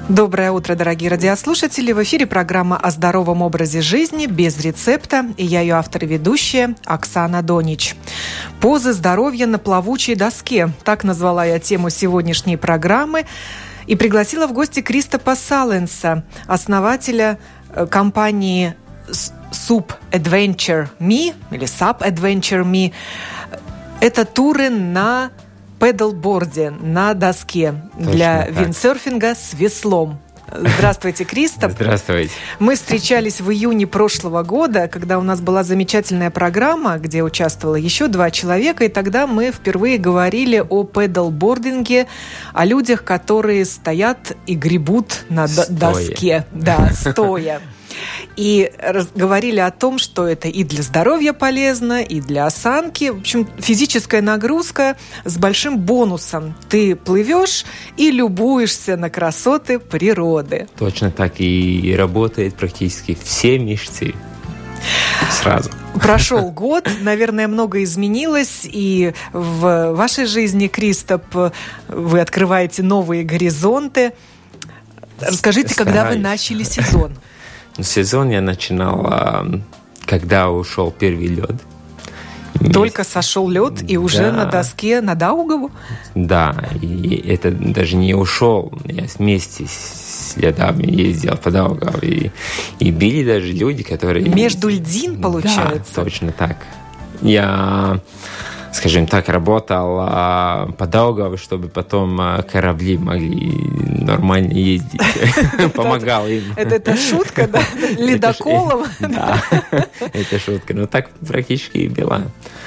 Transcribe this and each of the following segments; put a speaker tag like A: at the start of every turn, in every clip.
A: Доброе утро, дорогие радиослушатели! В эфире программа о здоровом образе жизни без рецепта. И я ее автор и ведущая Оксана Донич. «Позы здоровья на плавучей доске». Так назвала я тему сегодняшней программы. И пригласила в гости Кристопа Саленса, основателя компании SUP Adventure Me или SUP Adventure Me. Это туры на пэдлборде, на доске для виндсерфинга с веслом. Здравствуйте, Кристоп.
B: Здравствуйте.
A: Мы встречались в июне прошлого года, когда у нас была замечательная программа, где участвовало еще 2 человека, и тогда мы впервые говорили о пэдлбординге, о людях, которые стоят и гребут на доске. Да, стоя. И говорили о том, что это и для здоровья полезно, и для осанки. В общем, физическая нагрузка с большим бонусом. Ты плывешь и любуешься на красоты природы.
B: Точно так. И работает практически все мышцы сразу.
A: Прошел год, наверное, многое изменилось, и в вашей жизни, Кристоп, вы открываете новые горизонты. Расскажите, когда вы начали сезон?
B: Сезон я начинал, когда ушел первый лед.
A: Только сошел лед и уже на доске на Даугаву?
B: Да, и это даже не ушел. Я вместе с ледами ездил по Даугаву. И были даже люди, которые...
A: Между льдин, получается?
B: Да, точно так. Я, скажем так, работал по Даугаву, чтобы потом корабли могли нормально ездить. Помогал им.
A: Это шутка, да? Ледоколом?
B: Да, это шутка. Но так практически и было.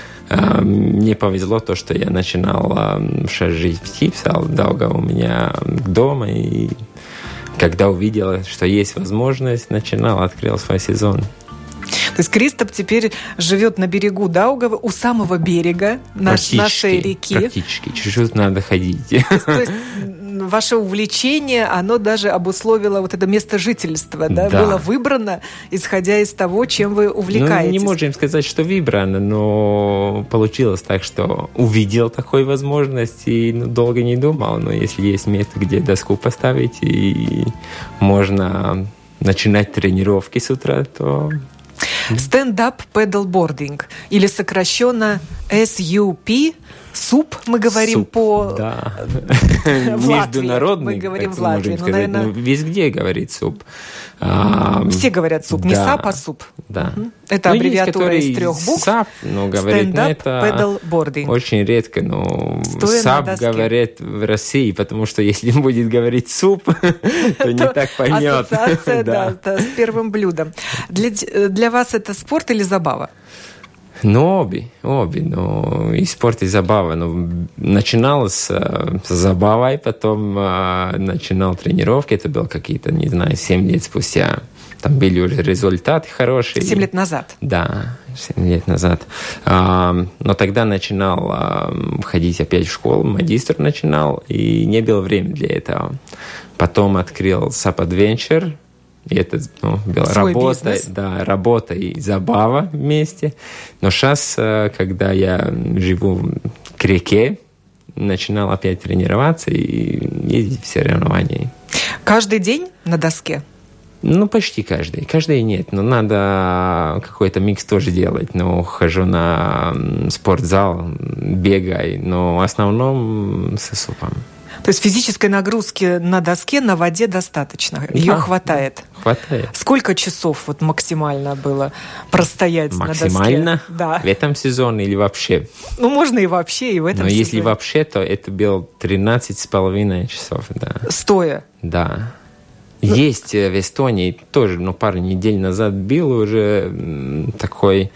B: Мне повезло то, что я начинал жить в Типсал, Даугава у меня дома. И когда увидел, что есть возможность, открыл свой сезон.
A: То есть Кристоп теперь живет на берегу Даугавы, у самого берега нашей реки.
B: Практически. Чуть-чуть надо ходить.
A: То есть ваше увлечение, оно даже обусловило вот это место жительства, да? Было выбрано, исходя из того, чем вы увлекаетесь.
B: Не можем сказать, что выбрано, но получилось так, что увидел такую возможность и долго не думал. Но если есть место, где доску поставить, и можно начинать тренировки с утра, то...
A: Stand-up paddleboarding, или сокращенно SUP, СУП, мы говорим
B: SUP,
A: по...
B: Да.
A: В
B: Международный,
A: мы говорим в Латвии.
B: наверное... Везде говорит СУП.
A: Все говорят СУП, не САП, а СУП.
B: Да.
A: Это аббревиатура из 3 букв.
B: САП, но говорит,
A: это
B: очень редко, но САП говорят в России, потому что если будет говорить СУП, то не так поймет.
A: Ассоциация, да, с первым блюдом. Для вас это спорт или забава?
B: Обе. И спорт, и забава. Начинал с забавой, потом начинал тренировки. Это было какие-то, 7 лет спустя. Там были уже результаты хорошие.
A: 7 лет назад?
B: Да, 7 лет назад. Но тогда начинал ходить опять в школу, магистр начинал, и не было времени для этого. Потом открыл SUP Adventure. И это была работа и забава вместе. Но сейчас, когда я живу к реке, начинал опять тренироваться и ездить в соревнования.
A: Каждый день на доске?
B: Почти каждый. Каждый нет. Но надо какой-то микс тоже делать. Хожу на спортзал, бегаю. Но в основном со супом.
A: То есть физической нагрузки на доске, на воде достаточно? Ее хватает?
B: Хватает.
A: Сколько часов максимально было простоять на доске?
B: Максимально? Да. В этом сезоне или вообще?
A: Можно и вообще, и в этом сезоне.
B: Но если вообще, то это было 13,5 часов. Да.
A: Стоя?
B: Да. Есть в Эстонии тоже, пару недель назад был уже такой...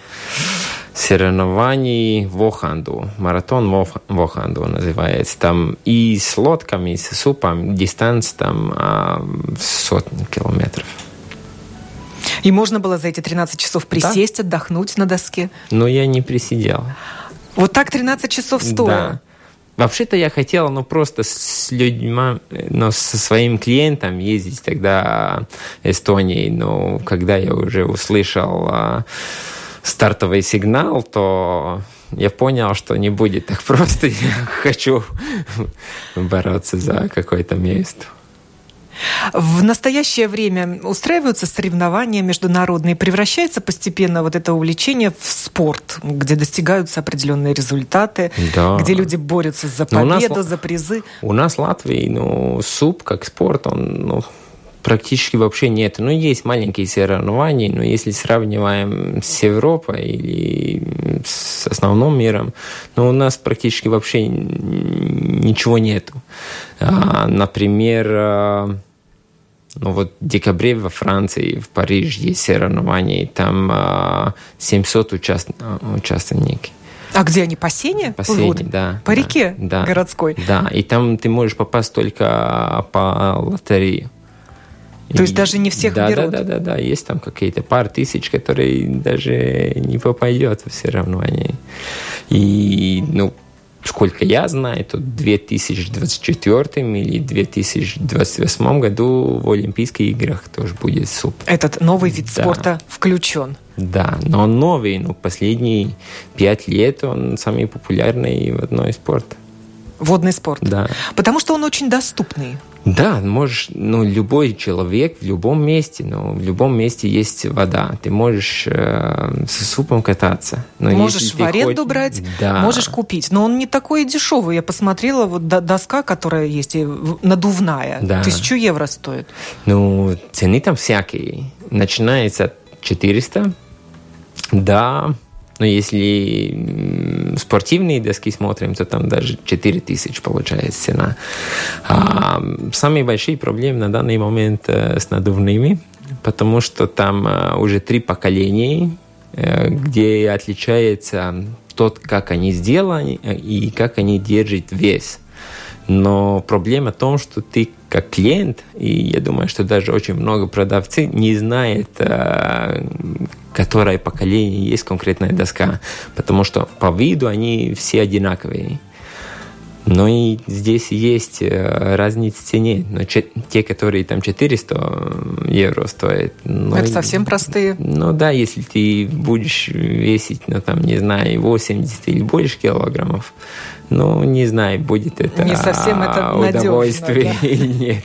B: соревнований в Оханду. Маратон в Оханду называется. Там и с лодками, и с супом дистанция там в 100 километров.
A: И можно было за эти 13 часов присесть, отдохнуть на доске?
B: Но я не присидел.
A: Вот так 13 часов стоя?
B: Да. Вообще-то я хотел, просто с людьми, со своим клиентом ездить тогда в Эстонии. Но когда я уже услышал стартовый сигнал, то я понял, что не будет так просто. Я хочу бороться за какое-то место.
A: В настоящее время устраиваются соревнования международные, превращается постепенно вот это увлечение в спорт, где достигаются определенные результаты, где люди борются за победу, за призы.
B: У нас в Латвии, СУП как спорт, он практически вообще нет. Есть маленькие соревнования, но если сравниваем с Европой или с основным миром, у нас практически вообще ничего нету. Например, в декабре во Франции, в Париже есть соревнования, там 700 участников.
A: А где они, по Сене?
B: По Сене, да.
A: По реке городской?
B: Да, и там ты можешь попасть только по лотерее.
A: То есть даже не всех берут?
B: Да. Есть там какие-то пары тысяч, которые даже не попадет в соревнования. И, сколько я знаю, то в 2024 или 2028 году в Олимпийских играх тоже будет СУП.
A: Этот новый вид спорта включен?
B: Да, но он новый. Последние 5 лет он самый популярный водной спорт.
A: Водный спорт?
B: Да.
A: Потому что он очень доступный.
B: Да, можешь, любой человек в любом месте, в любом месте есть вода. Ты можешь со СУПом кататься. Но
A: можешь в аренду брать, можешь купить. Но он не такой дешевый. Я посмотрела, доска, которая есть, надувная, 1000 евро стоит.
B: Цены там всякие. Начинается от 400 до... Но если спортивные доски смотрим, то там даже 4000 получается цена. Самые большие проблемы на данный момент с надувными, потому что там уже 3 поколения, где отличается тот, как они сделаны и как они держат вес. Но проблема в том, что ты как клиент, и я думаю, что даже очень много продавцов не знает, которое поколение есть конкретная доска, потому что по виду они все одинаковые. Но и здесь есть разница в цене. Но те, которые там 400 евро стоят...
A: Это совсем простые.
B: Если ты будешь весить, 80 или больше килограммов, не знаю, будет это
A: не совсем это
B: удовольствие или нет.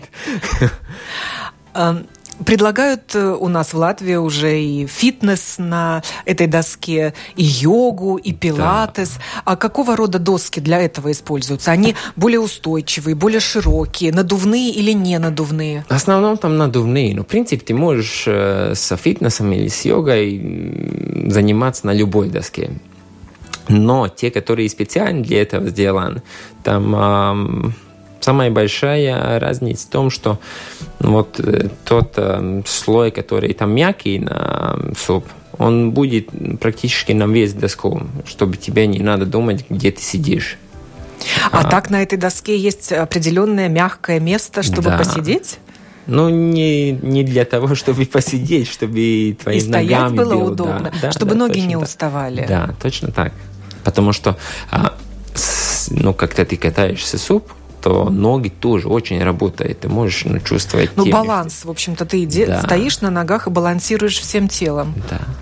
A: Предлагают у нас в Латвии уже и фитнес на этой доске, и йогу, и пилатес. А какого рода доски для этого используются? Они более устойчивые, более широкие, надувные или не надувные?
B: В основном там надувные. В принципе, ты можешь с фитнесом или с йогой заниматься на любой доске. Но те, которые специально для этого сделаны, там... Самая большая разница в том, что тот слой, который там мягкий на суп, он будет практически на весь доску, чтобы тебе не надо думать, где ты сидишь.
A: А так на этой доске есть определенное мягкое место, чтобы посидеть?
B: Не для того, чтобы посидеть, чтобы твои ногами...
A: И стоять было удобно, чтобы ноги не уставали.
B: Да, точно так. Потому что, когда ты катаешься суп, то ноги тоже очень работают. Ты можешь чувствовать...
A: баланс, в общем-то, ты стоишь на ногах и балансируешь всем телом.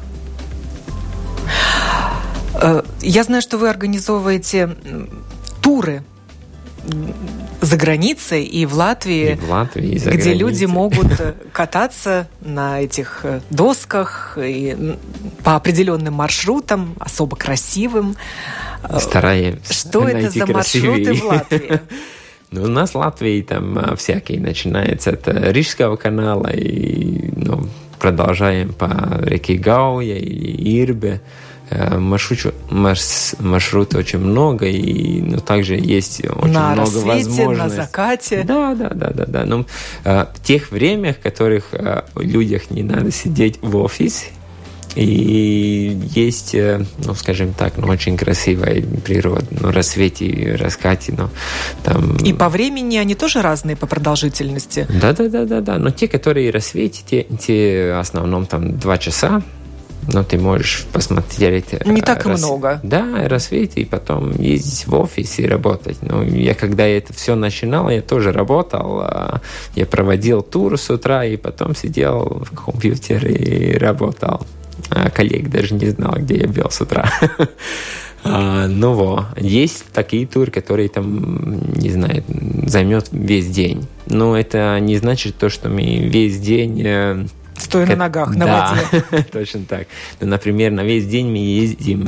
B: Да.
A: Я знаю, что вы организовываете туры за границей и в Латвии, где люди могут кататься на этих досках и по определенным маршрутам, особо красивым.
B: Стараемся.
A: Что это за маршруты в Латвии?
B: У нас в Латвии там всякие начинается от Рижского канала и продолжаем по реке Гауя или Ирбе. Маршрут очень много, и также есть очень много возможностей.
A: На закате.
B: Да. В тех временах, в которых людям не надо сидеть в офисе, и есть, скажем так, очень красивая природа, рассвете, раскате, там...
A: И по времени они тоже разные по продолжительности?
B: Да. Но те, которые рассвете, те в основном там 2 часа, ты можешь посмотреть...
A: Не так и много.
B: Да, рассвете, и потом ездить в офис и работать. Я когда это все начинал, я тоже работал. Я проводил тур с утра, и потом сидел в компьютере и работал. Коллег даже не знал, где я был с утра. Есть такие туры, которые там, не знаю, займет весь день. но это не значит то, что мы весь день...
A: Стоя на ногах, на воде.
B: Да, точно так. Ну, например, на весь день мы ездим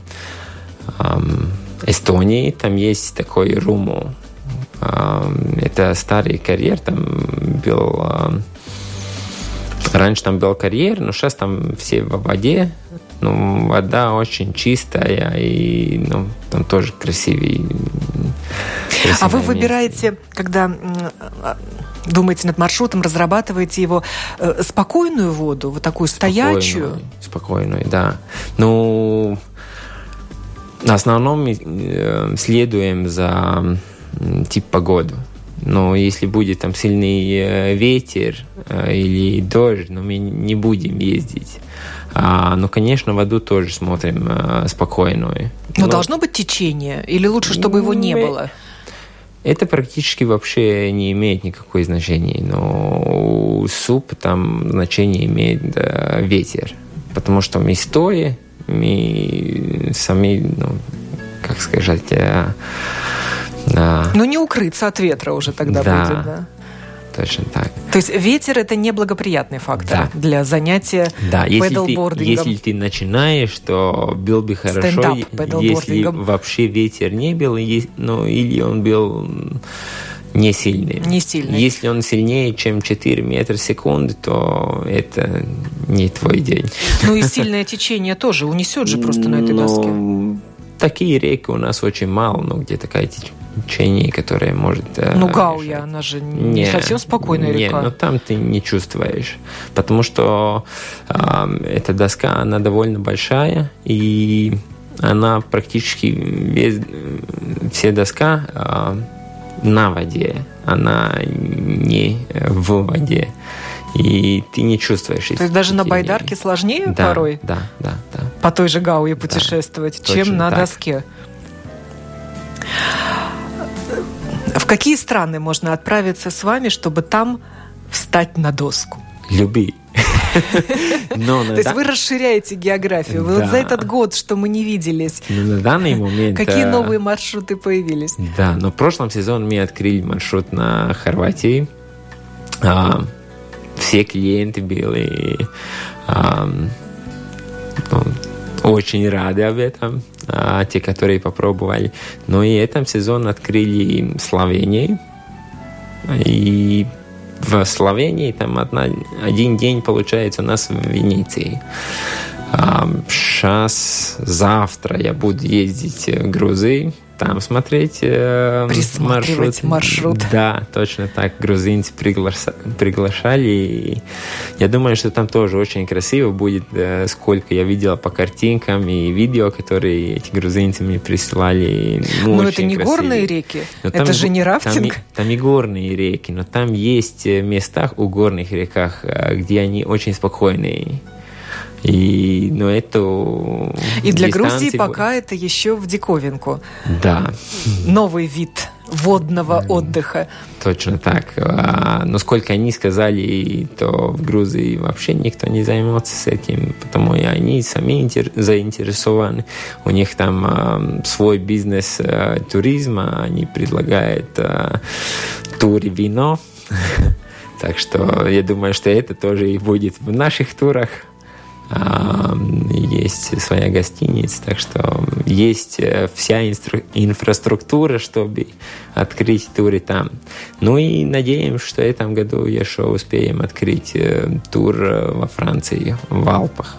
B: в Эстонии, там есть такой Руму. Это старый карьер, там был... Раньше там был карьер, но сейчас там все в воде. Ну, вода очень чистая, и там тоже красивый.
A: А вы выбираете, когда думаете над маршрутом, разрабатываете его, спокойную воду, вот такую стоячую?
B: Спокойную, да. Ну, в основном мы следуем за тип погоды. Но если будет там сильный ветер или дождь, мы не будем ездить. Но, конечно, воду тоже смотрим спокойную.
A: Но должно быть течение? Или лучше, чтобы его не было?
B: Это практически вообще не имеет никакого значения. Но у суп там значение имеет ветер. Потому что мы стоя, мы сами, как сказать...
A: Ну, не укрыться от ветра уже тогда будет, да?
B: Точно так.
A: То есть ветер – это неблагоприятный фактор для занятия пэддлбордингом.
B: Если ты начинаешь, то было бы хорошо, если вообще ветер не был, или он был не сильный. Если он сильнее, чем 4 метра в секунду, то это не твой день.
A: Ну и сильное течение тоже унесет же просто на этой доске.
B: Такие реки у нас очень мало, где такая течение, которое может...
A: Гауя, она же не совсем спокойная река.
B: Нет, там ты не чувствуешь. Потому что эта доска, она довольно большая, и она практически вся доска на воде, она не в воде. И ты не чувствуешь.
A: То есть даже на байдарке сложнее порой?
B: Да.
A: По той же Гауе путешествовать, чем на доске. В какие страны можно отправиться с вами, чтобы там встать на доску?
B: Люби.
A: То есть вы расширяете географию. Вот за этот год, что мы не виделись,
B: на данный момент...
A: Какие новые маршруты появились?
B: Да, но в прошлом сезоне мы открыли маршрут на Хорватии. Все клиенты были очень рады об этом, те, которые попробовали. Но и этом сезоне открыли Словению. И в Словении там один день получается у нас в Венеции. Сейчас, завтра я буду ездить в Грузию, там смотреть
A: маршрут.
B: Да, точно так. Грузинцы приглашали. И я думаю, что там тоже очень красиво будет, сколько я видел по картинкам и видео, которые эти грузинцы мне присылали.
A: Но это не красивые. Горные реки? Это же не рафтинг?
B: Там и горные реки, но там есть места у горных реках, где они очень спокойные. И
A: для Грузии пока это еще в диковинку.
B: Да.
A: Новый вид водного отдыха.
B: Точно так. Но сколько они сказали, то в Грузии вообще никто не займется с этим, потому что они сами заинтересованы. У них там свой бизнес туризма, они предлагают туры вино. Так что я думаю, что это тоже и будет в наших турах. Есть своя гостиница, так что есть вся инфраструктура, чтобы открыть туры там. Ну и надеемся, что в этом году еще успеем открыть тур во Франции, в Алпах.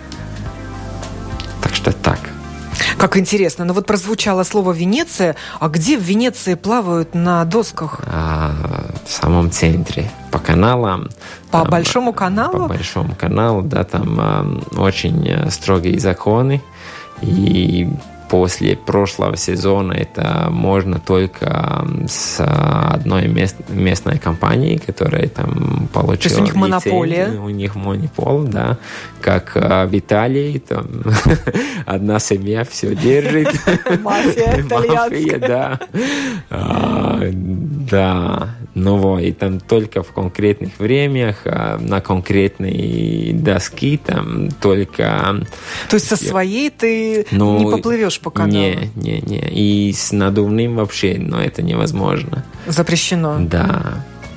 B: Так что так.
A: Как интересно. Но вот прозвучало слово «Венеция». А где в Венеции плавают на досках?
B: В самом центре. По каналам.
A: По Большому каналу?
B: По Большому каналу, да. Там очень строгие законы. И после прошлого сезона это можно только с одной местной компанией, которая там получила... То
A: есть у них монополия?
B: У них монопол, да. Как в Италии, там одна семья все держит.
A: Мафия итальянская.
B: Да. Да. Ну, и там только в конкретных временах, на конкретной доске, там только...
A: То есть со своей ты не поплывешь по каналу?
B: Не. И с надувным вообще, но это невозможно.
A: Запрещено?
B: Да.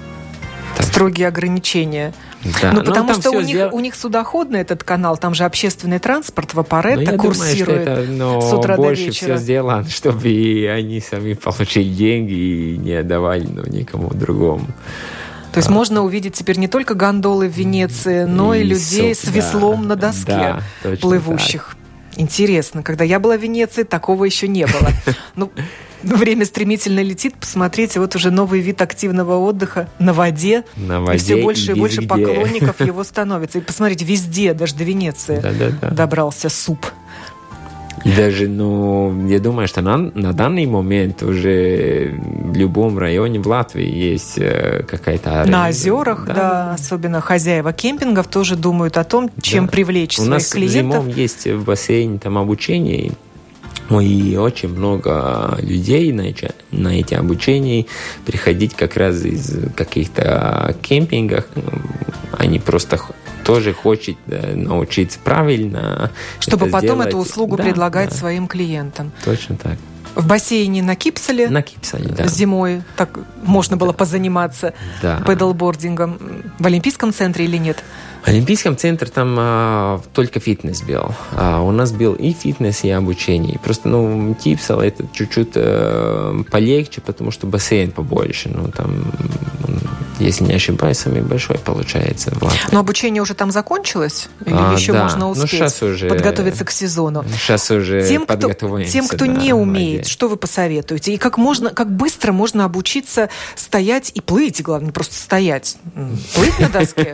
A: Строгие ограничения.
B: Да.
A: Ну, потому что у них судоходный этот канал, там же общественный транспорт Вапоретто курсирует с утра до вечера.
B: Больше все сделано, чтобы они сами получили деньги и не отдавали никому другому.
A: То есть можно увидеть теперь не только гондолы в Венеции, но и людей с веслом на доске плывущих. Так. Интересно. Когда я была в Венеции, такого еще не было. Ну, время стремительно летит. Посмотрите, вот уже новый вид активного отдыха на воде.
B: И
A: все больше и больше поклонников его становится. И посмотрите, везде, даже до Венеции добрался суп.
B: И даже, я думаю, что на данный момент уже в любом районе в Латвии есть какая-то аренда.
A: На озерах, да, особенно хозяева кемпингов тоже думают о том, чем привлечь своих клиентов.
B: У нас зимой есть в бассейне там обучение, и очень много людей на эти обучения приходить как раз из каких-то кемпингов. Они просто тоже хочет научиться правильно.
A: Чтобы потом эту услугу предлагать своим клиентам.
B: Точно так.
A: В бассейне на Кипсале?
B: На Кипсале, да.
A: Зимой так можно было позаниматься пэдлбордингом. В Олимпийском центре или нет?
B: В Олимпийском центре там только фитнес был. У нас был и фитнес, и обучение. Просто, Кипсал это чуть-чуть полегче, потому что бассейн побольше. Там, если не ошибаюсь, самый большой получается в Латвии.
A: Но обучение уже там закончилось? Или еще можно успеть подготовиться к сезону?
B: Сейчас уже подготовимся.
A: Тем, кто не умеет, что вы посоветуете? И как быстро можно обучиться стоять и плыть, главное, не просто стоять. Плыть на доске?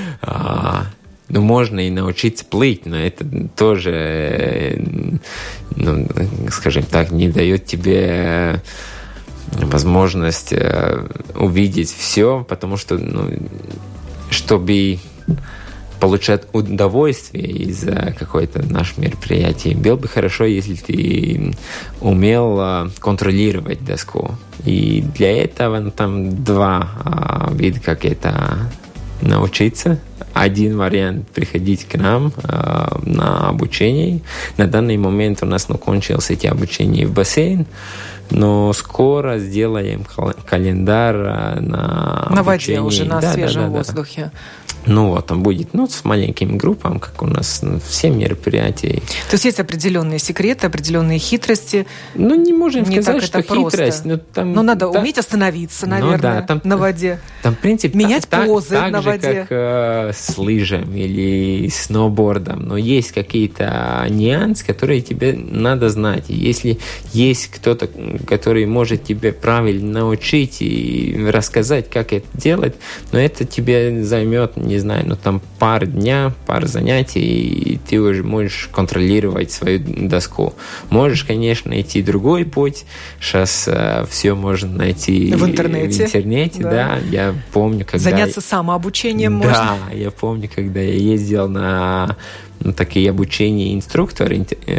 B: Можно и научиться плыть, но это тоже, скажем так, не дает тебе возможность увидеть все, потому что, чтобы получать удовольствие из какой-то нашего мероприятия, было бы хорошо, если ты умел контролировать доску. И для этого там два вида, как это научиться. Один вариант – приходить к нам на обучение. На данный момент у нас кончилось эти обучения в бассейн, но скоро сделаем календарь на
A: воде уже, на свежем воздухе.
B: Там будет, с маленькими группами, как у нас все мероприятия.
A: То есть есть определенные секреты, определенные хитрости.
B: Не можем сказать,
A: что
B: хитрость.
A: Но надо уметь остановиться, наверное, на воде.
B: Там, в принципе,
A: менять позы на воде.
B: Так же, как с лыжами или сноубордом. Но есть какие-то нюансы, которые тебе надо знать. И если есть кто-то, который может тебе правильно научить и рассказать, как это делать, но это тебе займет, не знаю, там пара занятий, и ты уже можешь контролировать свою доску. Можешь, конечно, идти другой путь. Сейчас все можно найти
A: в интернете.
B: Да. Я помню, когда...
A: Заняться самообучением можно.
B: Да, я помню, когда я ездил на такие обучения инструкторов.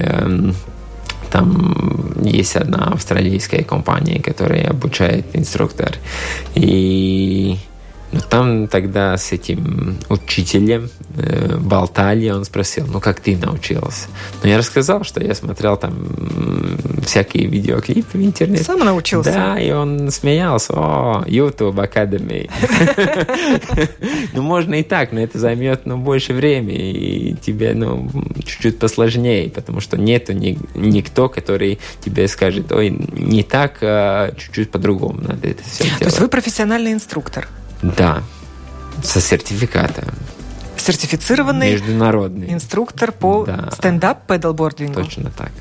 B: Там есть одна австралийская компания, которая обучает инструктор. И там тогда с этим учителем болтали, он спросил, как ты научился? Я рассказал, что я смотрел там всякие видеоклипы в интернете.
A: Сам научился?
B: Да, и он смеялся. YouTube Academy. Можно и так, но это займет больше времени, и тебе чуть-чуть посложнее, потому что нету никто, который тебе скажет, не так, а чуть-чуть по-другому надо это все делать.
A: То есть вы профессиональный инструктор?
B: Да, со сертификатом.
A: Сертифицированный
B: международный
A: инструктор по стендап пэдлбордингу.
B: Точно так.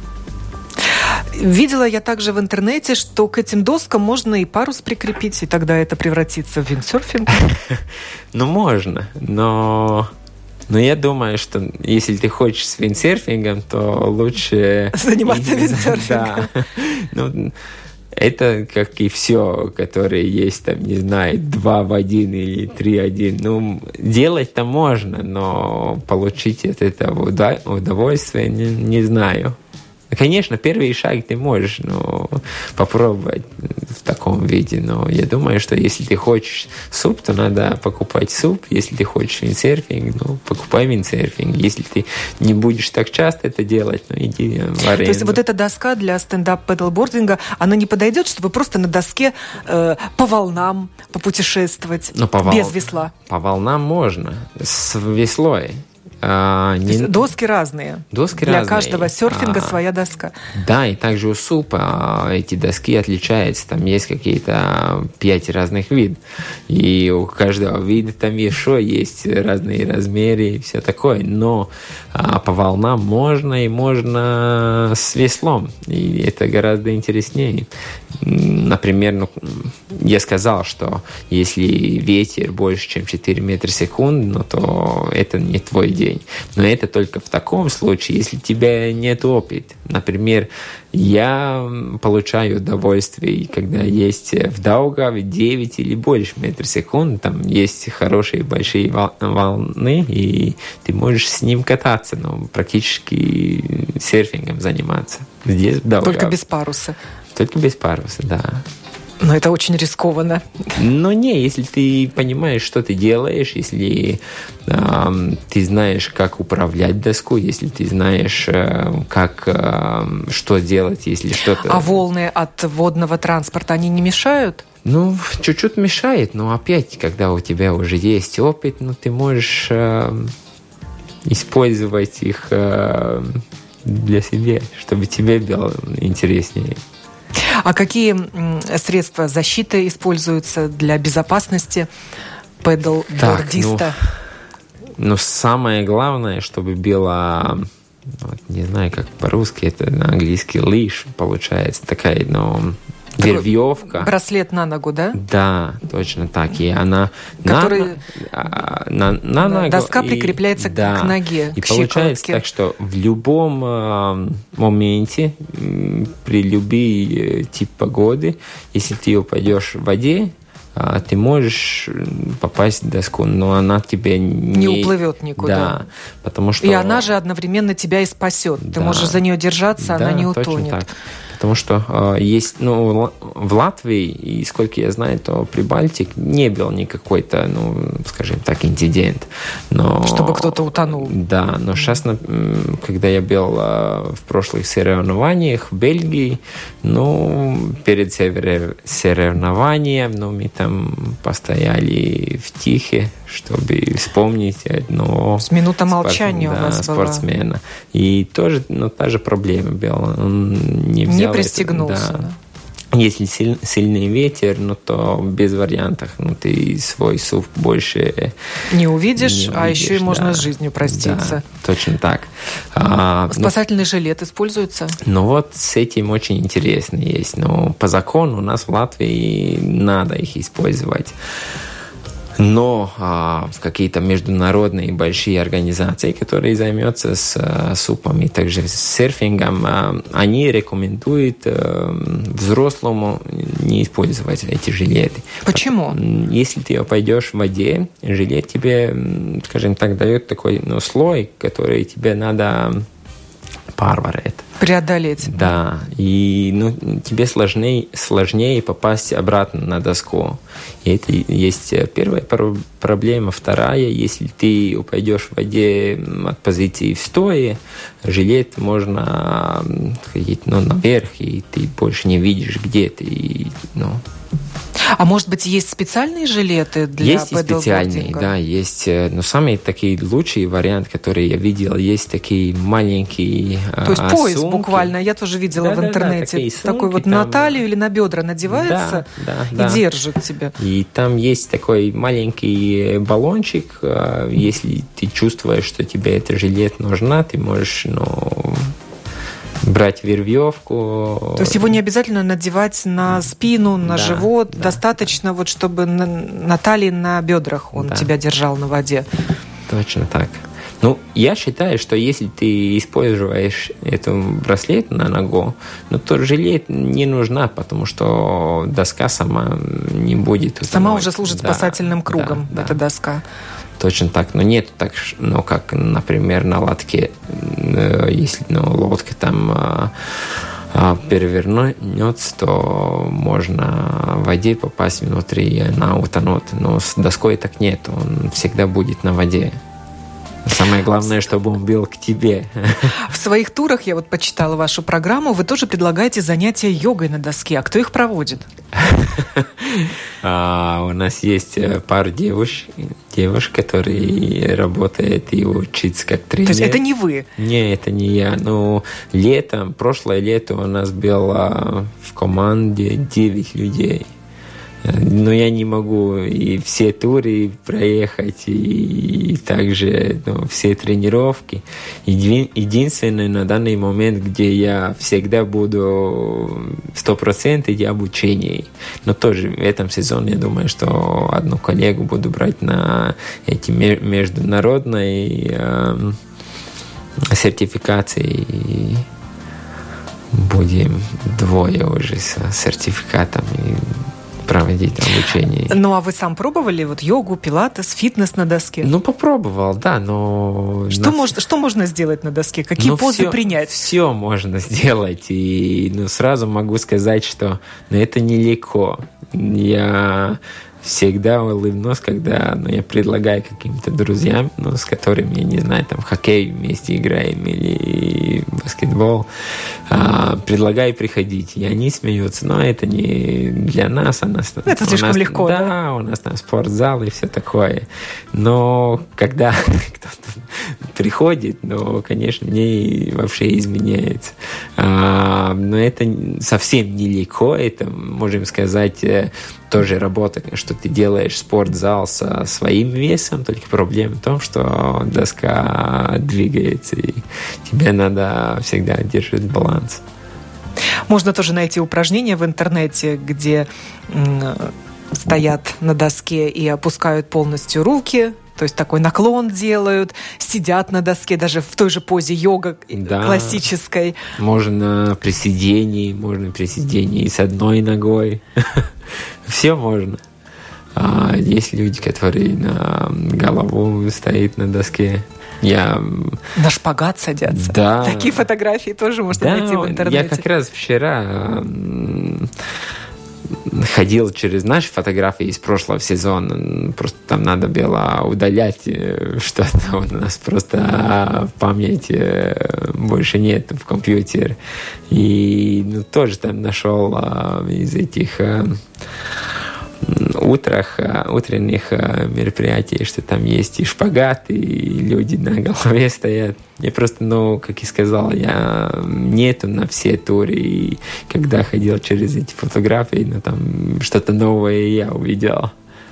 A: Видела я также в интернете, что к этим доскам можно и парус прикрепить, и тогда это превратится в виндсерфинг.
B: Можно, но я думаю, что если ты хочешь с виндсерфингом, то лучше...
A: заниматься виндсерфингом.
B: Да. Это как и все, которые есть, там, не знаю, 2 в 1 или 3 в 1. Делать-то можно, но получить от этого удовольствие не знаю. Конечно, первый шаг ты можешь, но попробовать в таком виде. Но я думаю, что если ты хочешь суп, то надо покупать суп. Если ты хочешь виндсерфинг, покупай виндсерфинг. Если ты не будешь так часто это делать, иди в аренду.
A: То есть вот эта доска для стендап-пэдлбординга, она не подойдет, чтобы просто на доске по волнам попутешествовать без весла?
B: По волнам можно, с веслой.
A: Доски разные. Для каждого серфинга своя доска.
B: Да, и также у супа эти доски отличаются. Там есть какие-то 5 разных видов. И у каждого вида там еще есть разные размеры и все такое. Но по волнам можно, и можно с веслом. И это гораздо интереснее. Например, я сказал, что если ветер больше, чем 4 метра в секунду, то это не твой день. Но это только в таком случае, если у тебя нет опыта. Например, я получаю удовольствие, когда есть в Даугаве 9 или больше метров в секунду, там есть хорошие большие волны, и ты можешь с ним кататься, но практически серфингом заниматься. Здесь в Даугаве.
A: Только без паруса.
B: Только без паруса, да.
A: Но это очень рискованно.
B: Но не, если ты понимаешь, что ты делаешь, если ты знаешь, как управлять доску, если ты знаешь, что делать, если что-то...
A: А волны от водного транспорта, они не мешают?
B: Чуть-чуть мешает, но опять, когда у тебя уже есть опыт, ты можешь использовать их для себя, чтобы тебе было интереснее.
A: А какие средства защиты используются для безопасности пэдлбордиста?
B: Самое главное, чтобы было, не знаю, как по-русски, это на английский лиш получается, такая, веревка.
A: Браслет на ногу, да?
B: Да, точно так. И она на ногу.
A: Доска прикрепляется к ноге,
B: и
A: к
B: получается
A: щиколотке.
B: так, что в любом моменте, при любой тип погоды, если ты упадешь в воде, ты можешь попасть в доску, но она тебе
A: не уплывет никуда.
B: Да, потому что...
A: И она же одновременно тебя и спасет.
B: Да.
A: Ты можешь за нее держаться, она не утонет.
B: Точно так. Потому что есть, в Латвии, и сколько я знаю, то при Балтике не был никакой-то, скажем так, инцидент.
A: Чтобы кто-то утонул.
B: Да, но сейчас, когда я был в прошлых соревнованиях в Бельгии, перед соревнованием, мы там постояли в тихе, чтобы вспомнить одного
A: минута молчания у вас
B: спортсмена.
A: была.
B: И тоже, та же проблема была. Он не
A: пристегнулся.
B: Да. Если сильный ветер, то без вариантов. Ты свой суп больше
A: не увидишь, а еще и можно с жизнью проститься.
B: Да, точно так.
A: Спасательный жилет используется?
B: С этим очень интересно есть. Но по закону у нас в Латвии надо их использовать. Но какие-то международные большие организации, которые займутся с супом и также с серфингом, они рекомендуют взрослому не использовать эти жилеты.
A: Почему?
B: Если ты пойдешь в воде, жилет тебе, скажем так, дает такой слой, который тебе надо
A: преодолеть.
B: Да, и тебе сложнее попасть обратно на доску. И это есть первая проблема. Вторая, если ты упадешь в воде от позиции в стое, жилет можно ходить наверх, и ты больше не видишь, где ты.
A: А может быть, есть специальные жилеты для пэдлбординга?
B: Есть специальные, да, есть. Но самые такие лучшие варианты, которые я видел, есть такие маленькие
A: То есть пояс
B: сумки.
A: Буквально, я тоже видела в интернете.
B: Такие сумки,
A: такой на талию или на бедра надевается и держит тебя.
B: И там есть такой маленький баллончик. Если ты чувствуешь, что тебе эта жилет нужна, ты можешь, брать веревку.
A: То есть его не обязательно надевать на спину, на живот. Достаточно, чтобы на талии, на бедрах он тебя держал на воде.
B: Точно так. Я считаю, что если ты используешь этот браслет на ногу, то жилет не нужна, потому что доска сама не будет утонуть.
A: Сама уже служит спасательным кругом, эта доска.
B: Точно так. Но нет так, как, например, на лодке. Если лодка там перевернется, то можно в воде попасть внутри, и она утонет. Но с доской так нет, он всегда будет на воде. Самое главное, чтобы он был к тебе.
A: В своих турах, я вот почитала вашу программу, вы тоже предлагаете занятия йогой на доске. А кто их проводит?
B: У нас есть пара девушек, которые работают и учатся как тренер.
A: То есть это не вы?
B: Не, это не я. Но прошлое лето у нас было в команде 9 людей. Но я не могу и все туры проехать, и также все тренировки. Единственное, на данный момент, где я всегда буду 100% идти обучение. Но тоже в этом сезоне, я думаю, что одну коллегу буду брать на эти международные сертификации. И будем двое уже с сертификатами проводить обучение.
A: Ну, а вы сам пробовали вот йогу, пилатес, фитнес на доске?
B: Ну, попробовал, да, но...
A: Что можно сделать на доске? Какие позы принять?
B: Все можно сделать, и сразу могу сказать, что это нелегко. Я всегда улыбнусь, когда я предлагаю каким-то друзьям, с которыми, я не знаю, там, в хоккей вместе играем или баскетбол, предлагаю приходить. И они смеются, но это не для нас.
A: Это слишком легко, да?
B: Да, у нас там спортзал и все такое. Но когда кто-то приходит, конечно, мне вообще изменяется. Но это совсем нелегко, это, можем сказать, тоже работа, что ты делаешь спортзал со своим весом, только проблема в том, что доска двигается, и тебе надо всегда держать баланс.
A: Можно тоже найти упражнения в интернете, где стоят на доске и опускают полностью руки, то есть такой наклон делают, сидят на доске, даже в той же позе йога классической.
B: Можно приседений с одной ногой. Все можно. Есть люди, которые на голову стоят на доске.
A: На шпагат садятся.
B: Да.
A: Такие фотографии тоже можно найти в интернете.
B: Я как раз вчера ходил через наши фотографии из прошлого сезона. Просто там надо было удалять что-то. У нас просто памяти больше нет в компьютере. И тоже там нашел из этих утренних мероприятий, что там есть и шпагат, и люди на голове стоят. Я просто, как и сказал, я нету на все туры, и когда ходил через эти фотографии, там что-то новое я увидел.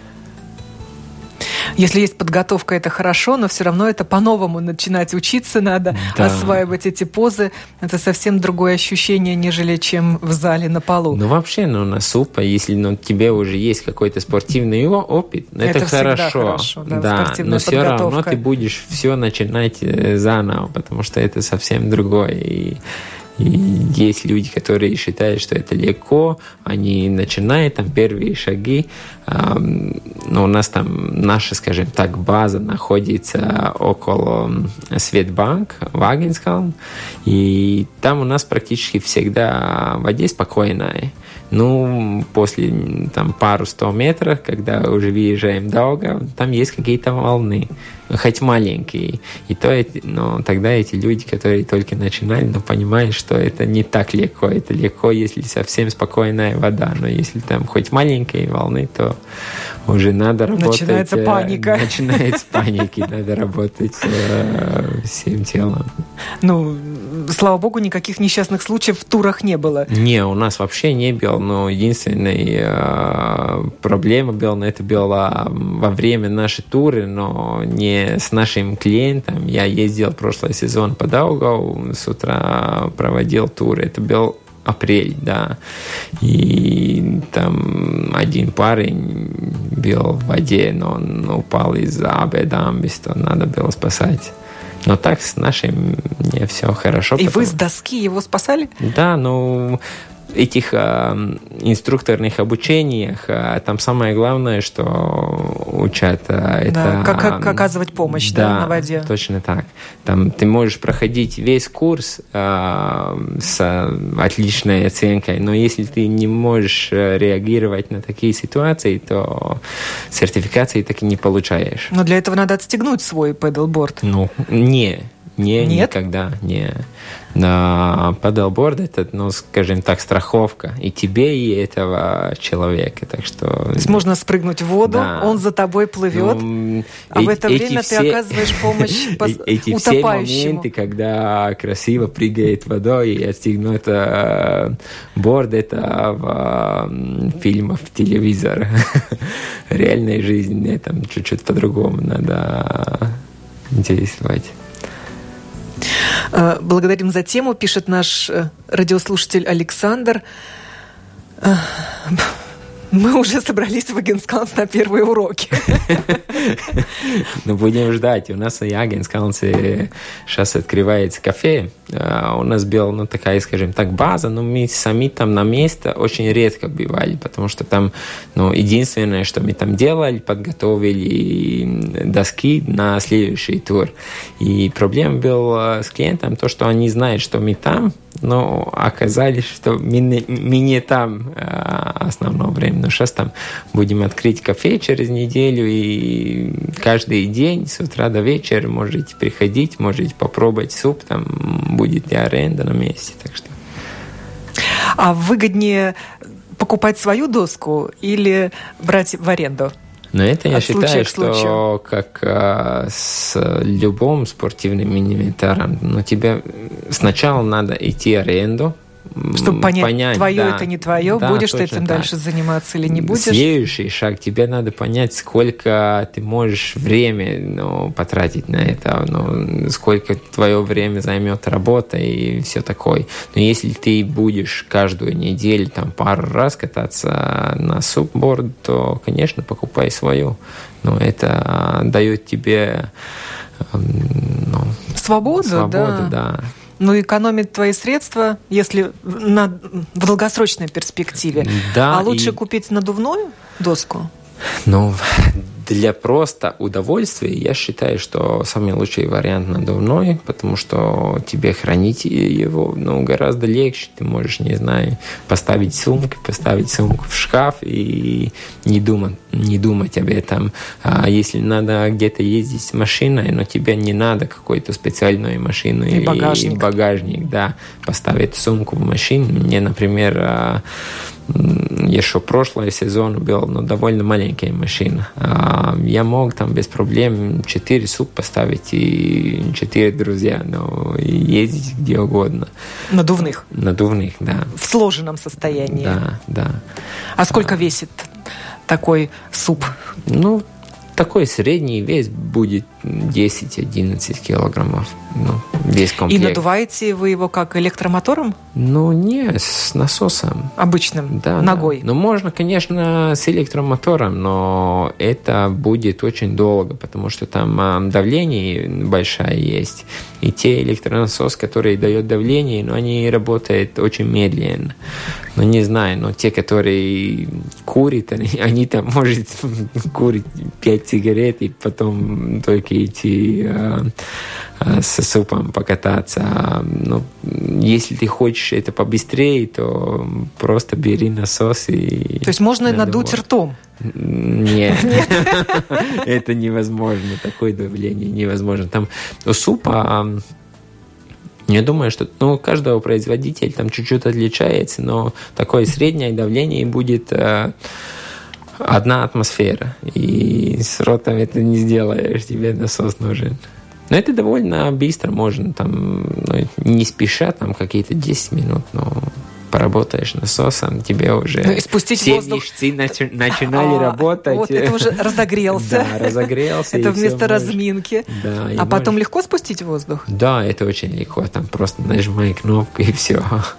A: Если есть подготовка, это хорошо, но все равно это по-новому начинать учиться надо, осваивать эти позы. Это совсем другое ощущение, нежели чем в зале на полу.
B: Вообще, на супа, если тебе уже есть какой-то спортивный опыт, это хорошо. Да, но все равно ты будешь все начинать заново, потому что это совсем другое. И есть люди, которые считают, что это легко, они начинают там первые шаги, но у нас там наша, скажем так, база находится около Светбанк, Вагенскалн, и там у нас практически всегда в воде спокойная. После пару 100 метров, когда уже въезжаем в Даугаву, там есть какие-то волны, хоть маленькие. Но тогда эти люди, которые только начинали, понимают, что это не так легко. Это легко, если совсем спокойная вода. Но если там хоть маленькие волны, то уже надо работать.
A: Начинается паника.
B: Начинается паника, надо работать всем телом.
A: Слава богу, никаких несчастных случаев в турах не было.
B: Не, у нас вообще не было. Но единственная проблема была, это было во время нашей туры, но не с нашим клиентом. Я ездил прошлый сезон по Даугаву, с утра проводил тур. Это был апрель, да. И там один парень был в воде, но он упал из-за Абе-Дамбис, то надо было спасать. Но так с нашим не все хорошо.
A: И вы с доски его спасали?
B: Да, этих инструкторных обучениях там самое главное, что у учат.
A: Да, как оказывать помощь на воде.
B: Точно так. Там ты можешь проходить весь курс с отличной оценкой, но если ты не можешь реагировать на такие ситуации, то сертификации так и не получаешь.
A: Но для этого надо отстегнуть свой пэдлборд.
B: Ну, нет? Никогда не. На пэдлборд это, скажем так, страховка и тебе, и этого человека. Так что...
A: То есть можно спрыгнуть в воду, он за тобой плывет, а в это время ты оказываешь помощь утопающему.
B: Эти все моменты, когда красиво прыгает водой и отстегнут борд, это в фильмах, в телевизоре. Реальная жизнь, это чуть-чуть по-другому надо действовать.
A: Благодарим за тему, пишет наш радиослушатель Александр. Мы уже собрались в Агенскалнс на первые уроки.
B: Ну, будем ждать. У нас в Агенскалнсе сейчас открывается кафе. У нас была, такая, скажем так, база, но мы сами там на месте очень редко бывали, потому что там, единственное, что мы там делали, подготовили доски на следующий тур. И проблема была с клиентом, то, что они знают, что мы там, но оказалось, что мы не там основное время. Но сейчас там будем открыть кафе через неделю, и каждый день с утра до вечера можете приходить, можете попробовать суп, там будет и аренда на месте. Так что.
A: А выгоднее покупать свою доску или брать в аренду?
B: Но это я считаю, что как с любым спортивным инвентарем, тебе сначала надо идти аренду,
A: чтобы понять твое это не твое, будешь ты этим дальше заниматься или не будешь.
B: Следующий шаг, тебе надо понять, сколько ты можешь время потратить на это, сколько твое время займет работа и все такое. Но если ты будешь каждую неделю пару раз кататься на супборд, то, конечно, покупай свою. Но это дает тебе
A: свободу,
B: да.
A: Экономит твои средства, если в долгосрочной перспективе.
B: Да,
A: а лучше купить надувную доску?
B: Для просто удовольствия я считаю, что самый лучший вариант надувной, потому что тебе хранить его гораздо легче. Ты можешь, не знаю, поставить сумку в шкаф и не думать об этом. А если надо где-то ездить с машиной, но тебе не надо какую-то специальную машину и багажник, да, поставить сумку в машину. Мне, например, еще прошлый сезон был, довольно маленькая машина. Я мог там без проблем 4 суп поставить и 4 друзья, и ездить где угодно.
A: Надувных?
B: Надувных, да.
A: В сложенном состоянии?
B: Да.
A: А сколько весит такой суп?
B: Такой средний вес будет 10-11 килограммов. Весь комплект.
A: И надуваете вы его как электромотором?
B: Не, с насосом.
A: Обычным, ногой?
B: Да. Можно, конечно, с электромотором, но это будет очень долго, потому что там давление большое есть. И те электронасосы, которые дают давление, они работают очень медленно. Не знаю, те, которые курят, они там, может, курить 5 сигарет и потом только идти с супом покататься. Если ты хочешь это побыстрее, то просто бери насос и...
A: То есть можно надуть ртом?
B: Нет. Это невозможно. Такое давление невозможно. Там у супа... Я думаю, что у каждого производителя там чуть-чуть отличается, но такое среднее давление будет 1 атмосфера. И с ротом это не сделаешь, тебе насос нужен. Но это довольно быстро можно, не спеша, какие-то 10 минут, но поработаешь насосом, тебе уже
A: спустить
B: все
A: воздух.
B: мышцы начинали работать.
A: Вот это уже разогрелся.
B: Да, разогрелся.
A: Это вместо разминки.
B: Да,
A: а потом легко спустить воздух?
B: Да, это очень легко. Там просто нажимай кнопку и все.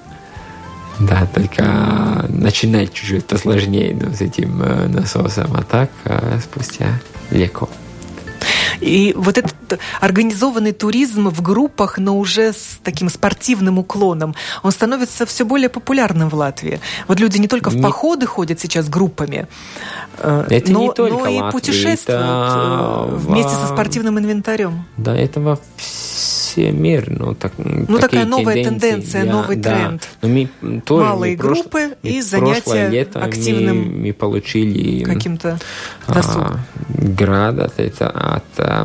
B: Да, только начинать чуть-чуть посложнее с этим насосом, а так спустя легко.
A: И вот этот организованный туризм в группах, но уже с таким спортивным уклоном, он становится все более популярным в Латвии. Вот люди не только в походы ходят сейчас группами,
B: это
A: но
B: не только
A: и
B: Латвия,
A: путешествуют вместе со спортивным инвентарем.
B: Да, это во все мир.
A: Такая новая тенденция, новый тренд.
B: Но мы тоже
A: малые группы и занятия активным
B: мы получили
A: каким-то досугом.
B: Град от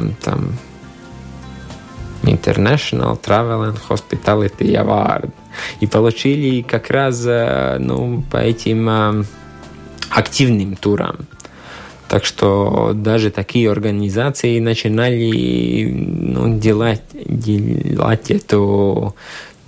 B: International Travel and Hospitality Award. И получили как раз по этим активным турам. Так что даже такие организации начинали делать это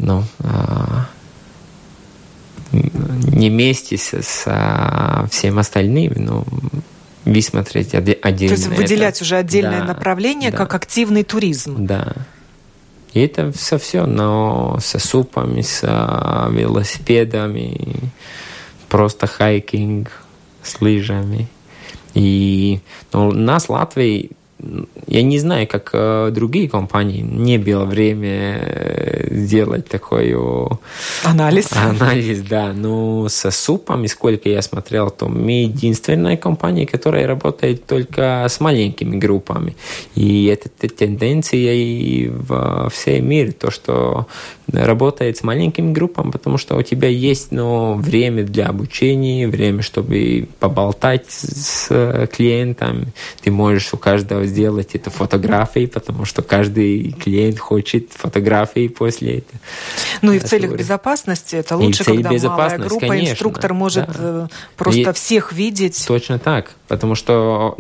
B: не вместе со всем остальным, но высмотреть отдельно.
A: То есть выделять уже отдельное направление, как активный туризм.
B: Да. И это все, но со супами, с велосипедами, просто хайкинг, с лыжами. И у нас в Латвии, я не знаю, как другие компании, не было время сделать такой
A: анализ,
B: да. Но со супами, сколько я смотрел, то мы единственная компания, которая работает только с маленькими группами. И это тенденция и во всем мире, то, что работает с маленькими группами, потому что у тебя есть время для обучения, время, чтобы поболтать с клиентом. Ты можешь у каждого сделать это фотографии, потому что каждый клиент хочет фотографии после этого.
A: И в целях безопасности это лучше, когда малая группа, конечно, инструктор может просто всех видеть.
B: Точно так, потому что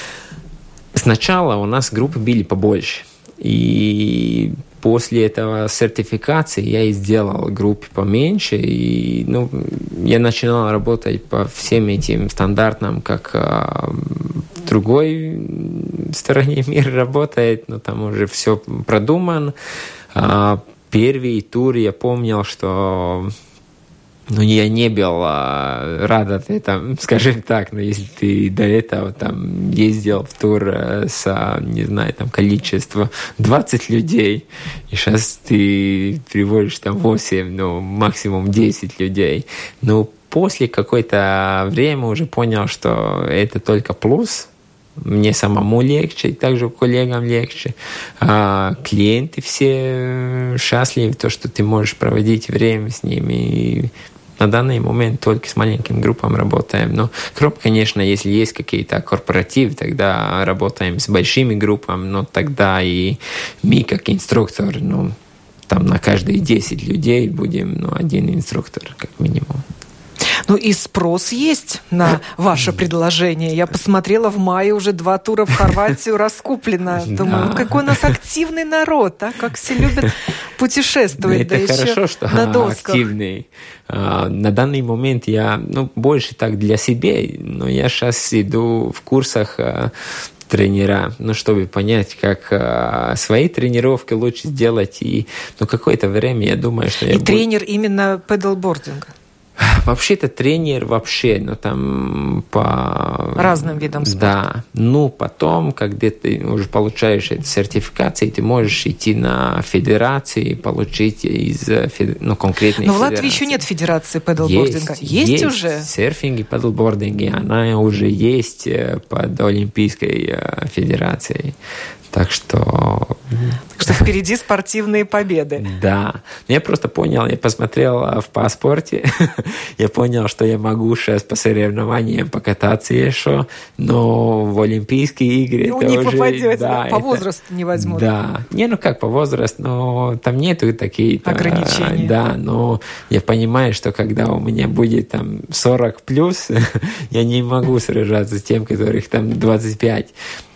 B: сначала у нас группы были побольше, и после этого сертификации я и сделал группы поменьше, и я начинал работать по всем этим стандартам, как в другой стороне мира работает, но там уже все продумано. Первый тур я помнил, что я не был рад от этого, скажем так, но если ты до этого ездил в тур с, не знаю, количество 20 людей, и сейчас ты приводишь 8, максимум 10 людей. После какое-то время уже понял, что это только плюс. Мне самому легче, и также коллегам легче. Клиенты все счастливы, то, что ты можешь проводить время с ними. И на данный момент только с маленькими группами работаем. Но, конечно, если есть какие-то корпоративы, тогда работаем с большими группами, но тогда и мы, как инструктор, на каждые 10 людей будем один инструктор, как минимум.
A: И спрос есть на ваше предложение. Я посмотрела, в мае уже 2 тура в Хорватию раскуплено. Думаю, какой у нас активный народ, как все любят путешествовать.
B: Это хорошо, что активный. На данный момент я больше так для себя, но я сейчас иду в курсах тренера, чтобы понять, как свои тренировки лучше сделать. И какое-то время я думаю, что я
A: тренер именно пэдлбординга?
B: Вообще-то тренер но по
A: разным видам спорта.
B: Да. Потом, когда ты уже получаешь эту сертификацию, ты можешь идти на федерации и получить из конкретной федерации.
A: Но в Латвии еще нет федерации пэдлбординга. Есть уже?
B: Серфинг и пэдлбординг, она уже есть под Олимпийской федерацией. Так что
A: впереди спортивные победы.
B: Да. Я просто понял, я посмотрел в паспорте, я понял, что я могу сейчас по соревнованиям покататься еще, но в Олимпийские игры это
A: не
B: уже...
A: попадете, по возрасту не возьмут.
B: Да. Как по возрасту, но там нету такие
A: ограничений.
B: Да, но я понимаю, что когда у меня будет 40 плюс, я не могу сражаться с тем, которых 25.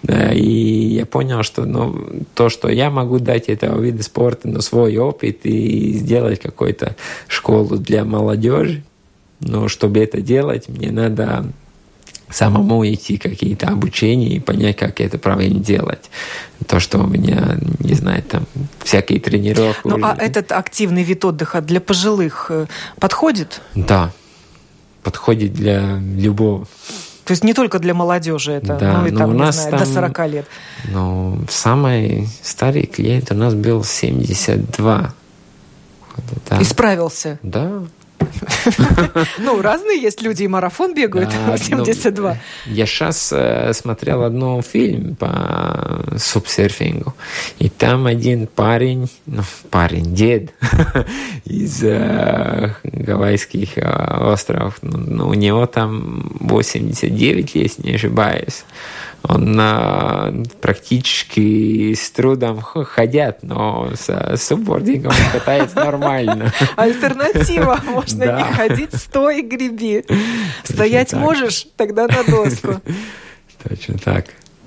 B: И я понял, что то, что я могу дать этого вида спорта, свой опыт и сделать какую-то школу для молодежи. Но чтобы это делать, мне надо самому идти какие-то обучения и понять, как это правильно делать. То, что у меня, не знаю, всякие тренировки.
A: А этот активный вид отдыха для пожилых подходит?
B: Да, подходит для любого.
A: То есть не только для молодежи это,
B: да,
A: и там,
B: у нас
A: не знаю,
B: там,
A: до 40 лет.
B: Ну, самый старый клиент у нас был 72. Да.
A: И справился?
B: Да.
A: Ну, разные есть люди, и марафон бегают, 72.
B: Я сейчас смотрел один фильм по субсерфингу, и там один парень, дед из Гавайских островов, у него там 89, если не ошибаюсь. Он практически с трудом ходят, но с суббордингом катается нормально.
A: Альтернатива. Можно не ходить, стой и греби. Стоять можешь, тогда на доску.
B: Точно так.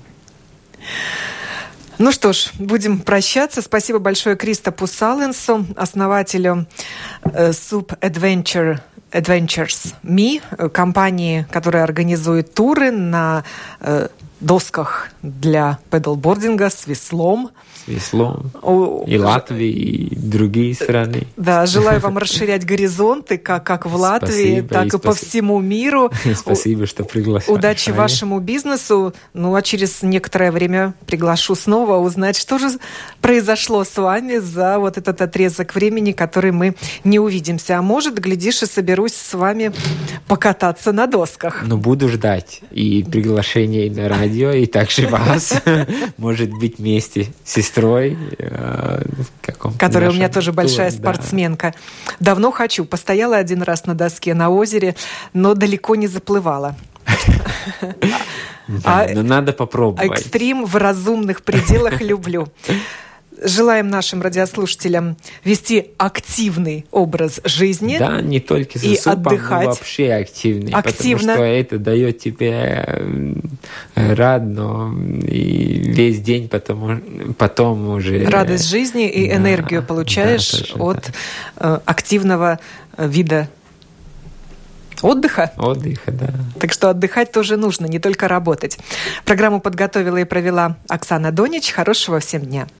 A: Ну что ж, будем прощаться. Спасибо большое Кристопу Саленсу, основателю Sub Adventures Me, компании, которая организует туры на досках для пэдлбординга с веслом.
B: С веслом. И Латвии, и другие страны.
A: Да, желаю вам расширять горизонты, как в Латвии, так и по всему миру.
B: Спасибо, что пригласили.
A: Удачи вашему бизнесу. Ну, а через некоторое время приглашу снова узнать, что же произошло с вами за вот этот отрезок времени, который мы не увидимся. А может, глядишь, и соберусь с вами покататься на досках.
B: Ну, буду ждать и приглашение на радио, и также вас, может быть, вместе с сестрой.
A: Которая у меня тоже большая спортсменка. Давно хочу. Постояла один раз на доске на озере, но далеко не заплывала.
B: Но надо попробовать.
A: Экстрим в разумных пределах люблю. Желаем нашим радиослушателям вести активный образ жизни.
B: Да, не только за супом, но вообще активный.
A: Активно.
B: Потому что это дает тебе радость, и весь день потом уже...
A: Радость жизни и энергию получаешь от активного вида отдыха.
B: Отдыха, да.
A: Так что отдыхать тоже нужно, не только работать. Программу подготовила и провела Оксана Донич. Хорошего всем дня.